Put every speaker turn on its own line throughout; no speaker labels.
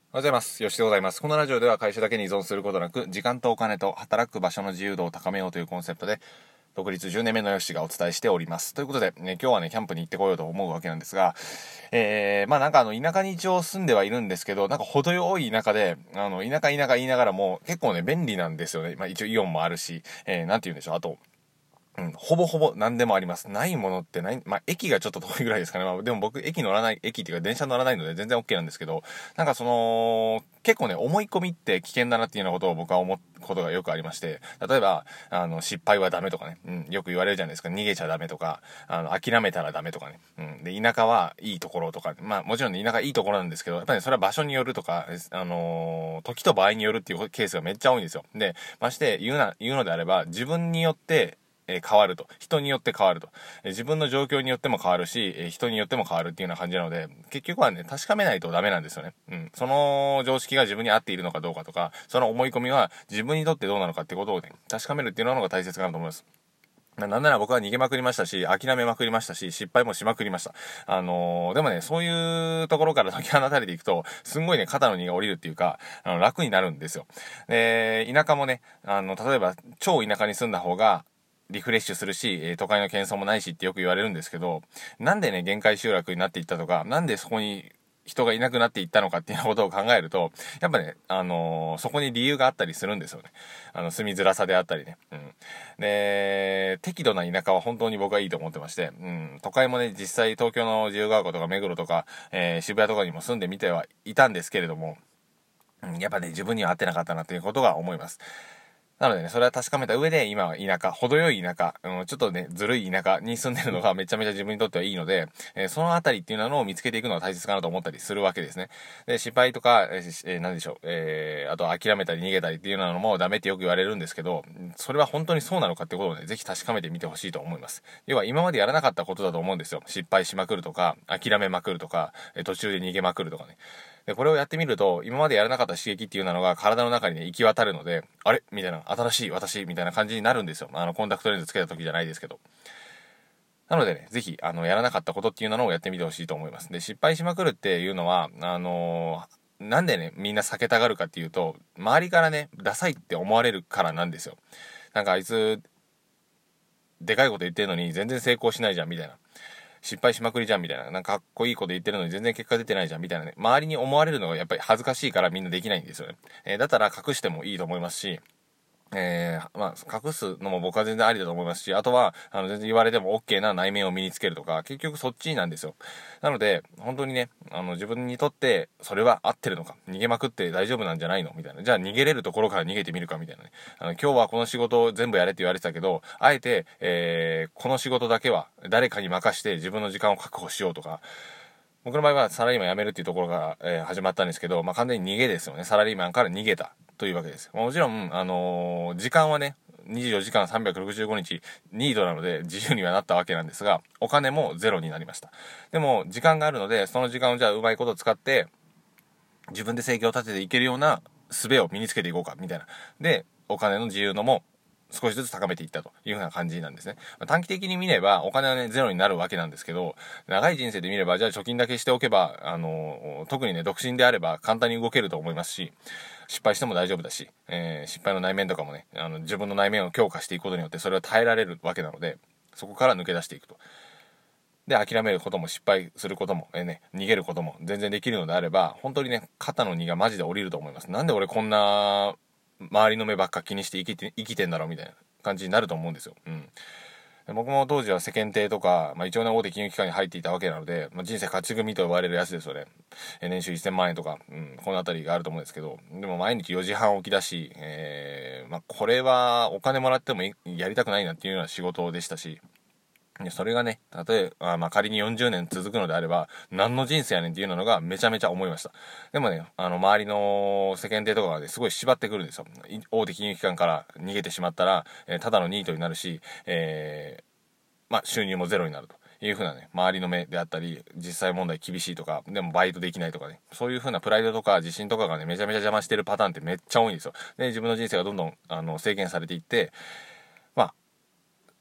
おはようございます。吉でございます。このラジオでは会社だけに依存することなく、時間とお金と働く場所の自由度を高めようというコンセプトで、独立10年目の吉がお伝えしております。ということで、今日はキャンプに行ってこようと思うわけなんですが、田舎に一応住んではいるんですけど、程よい田舎で、田舎言いながらも、結構便利なんですよね。一応イオンもあるし、なんて言うんでしょう、あと、ほぼほぼ何でもあります。ないものってない、駅がちょっと遠いぐらいですかね。でも僕、駅っていうか電車乗らないので全然 OK なんですけど、結構思い込みって危険だなっていうようなことを僕は思うことがよくありまして、例えば、失敗はダメとかね、よく言われるじゃないですか。逃げちゃダメとか、諦めたらダメとかね、で、田舎はいいところとか、もちろんね、田舎いいところなんですけど、やっぱりそれは場所によるとか、時と場合によるっていうケースがめっちゃ多いんですよ。で、まして言うのであれば、自分によって、変わると。人によって変わると。自分の状況によっても変わるし、人によっても変わるっていうような感じなので、結局はね、確かめないとダメなんですよね。その常識が自分に合っているのかどうかとか、その思い込みは自分にとってどうなのかってことをね、確かめるっていうのが大切かなと思います。なんなら僕は逃げまくりましたし、諦めまくりましたし、失敗もしまくりました。でもね、そういうところから解き放たれていくと、すんごいね、肩の荷が下りるっていうか、楽になるんですよ。で、田舎もね、例えば、超田舎に住んだ方が、リフレッシュするし、都会の喧騒もないしってよく言われるんですけど、なんでね、限界集落になっていったとか、なんでそこに人がいなくなっていったのかっていうことを考えると、やっぱね、そこに理由があったりするんですよね。住みづらさであったりね。で、適度な田舎は本当に僕はいいと思ってまして、都会もね、実際東京の自由が丘とか目黒とか、渋谷とかにも住んでみてはいたんですけれども、やっぱね、自分には合ってなかったなということが思います。なのでね、それは確かめた上で、今は田舎、程よい田舎、ちょっとね、ずるい田舎に住んでるのがめちゃめちゃ自分にとってはいいので、そのあたりっていうのを見つけていくのが大切かなと思ったりするわけですね。で、失敗とか、何でしょう、あと諦めたり逃げたりっていうのもダメってよく言われるんですけど、それは本当にそうなのかってことをね、ぜひ確かめてみてほしいと思います。要は今までやらなかったことだと思うんですよ。失敗しまくるとか、諦めまくるとか、途中で逃げまくるとかね。で、これをやってみると、今までやらなかった刺激っていうのが体の中にね、行き渡るので、あれみたいな、新しい私みたいな感じになるんですよ。コンタクトレンズつけた時じゃないですけど。なのでね、ぜひ、やらなかったことっていうのをやってみてほしいと思います。で、失敗しまくるっていうのは、なんでね、みんな避けたがるかっていうと、周りからね、ダサいって思われるからなんですよ。あいつ、でかいこと言ってるのに全然成功しないじゃん、みたいな。失敗しまくりじゃんみたいな。かっこいいこと言ってるのに全然結果出てないじゃんみたいなね。周りに思われるのがやっぱり恥ずかしいからみんなできないんですよね。だったら隠してもいいと思いますし、隠すのも僕は全然ありだと思いますし、あとは、全然言われても OK な内面を身につけるとか、結局そっちなんですよ。なので、本当にね、自分にとって、それは合ってるのか、逃げまくって大丈夫なんじゃないのみたいな。じゃあ逃げれるところから逃げてみるかみたいなね。今日はこの仕事を全部やれって言われてたけど、あえて、この仕事だけは誰かに任して自分の時間を確保しようとか、僕の場合はサラリーマン辞めるっていうところが、始まったんですけど、完全に逃げですよね。サラリーマンから逃げたというわけです。もちろん、時間はね、24時間365日ニードなので自由にはなったわけなんですが、お金もゼロになりました。でも、時間があるので、その時間をじゃあうまいこと使って、自分で生計を立てていけるような術を身につけていこうか、みたいな。で、お金の自由度も少しずつ高めていったというふうな感じなんですね。短期的に見ればお金はね、ゼロになるわけなんですけど、長い人生で見れば、じゃあ貯金だけしておけば、特にね、独身であれば簡単に動けると思いますし、失敗しても大丈夫だし、失敗の内面とかもね、自分の内面を強化していくことによってそれを耐えられるわけなので、そこから抜け出していくと。で、諦めることも失敗することも、逃げることも全然できるのであれば、本当にね、肩の荷がマジで降りると思います。なんで俺こんな周りの目ばっか気にして生きてんだろうみたいな感じになると思うんですよ。僕も当時は世間体とか、一応ね、大手金融機関に入っていたわけなので、人生勝ち組と呼ばれるやつですよね。年収1000万円とか、このあたりがあると思うんですけど、でも毎日4時半起きだし、これはお金もらってもやりたくないなっていうような仕事でしたし、それがね、例えば、仮に40年続くのであれば、何の人生やねんっていうのがめちゃめちゃ思いました。でもね、周りの世間体とかがね、すごい縛ってくるんですよ。大手金融機関から逃げてしまったら、ただのニートになるし、収入もゼロになるという風なね、周りの目であったり、実際問題厳しいとか、でもバイトできないとかね、そういう風なプライドとか自信とかがね、めちゃめちゃ邪魔してるパターンってめっちゃ多いんですよ。で、自分の人生がどんどん、制限されていって、まあ、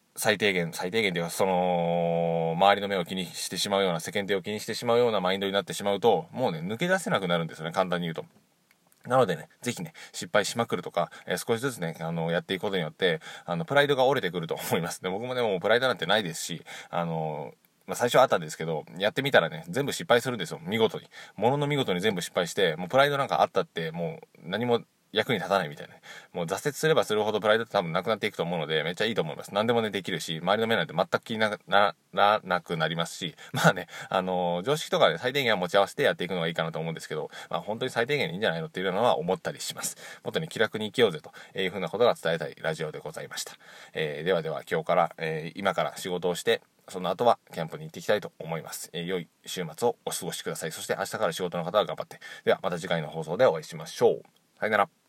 最低限というか、周りの目を気にしてしまうような、世間体を気にしてしまうようなマインドになってしまうと、もうね、抜け出せなくなるんですよね、簡単に言うと。なのでね、ぜひね、失敗しまくるとか、少しずつね、やっていくことによって、プライドが折れてくると思います。で、僕もね、もうプライドなんてないですし、最初はあったんですけど、やってみたらね、全部失敗するんですよ、見事に。ものの見事に全部失敗して、もうプライドなんかあったって、もう何も役に立たないみたいな。もう挫折すればするほどプライドって多分なくなっていくと思うので、めっちゃいいと思います。何でもね、できるし、周りの目なんて全く気にならなくなりますし、まあね、常識とかで最低限は持ち合わせてやっていくのがいいかなと思うんですけど、まあ本当に最低限でいいんじゃないのっていうのは思ったりします。もっとね、気楽に生きようぜというふうなことが伝えたいラジオでございました。ではでは今日から、今から仕事をして、その後はキャンプに行っていきたいと思います。良い週末をお過ごしください。そして明日から仕事の方は頑張って。ではまた次回の放送でお会いしましょう。さよなら。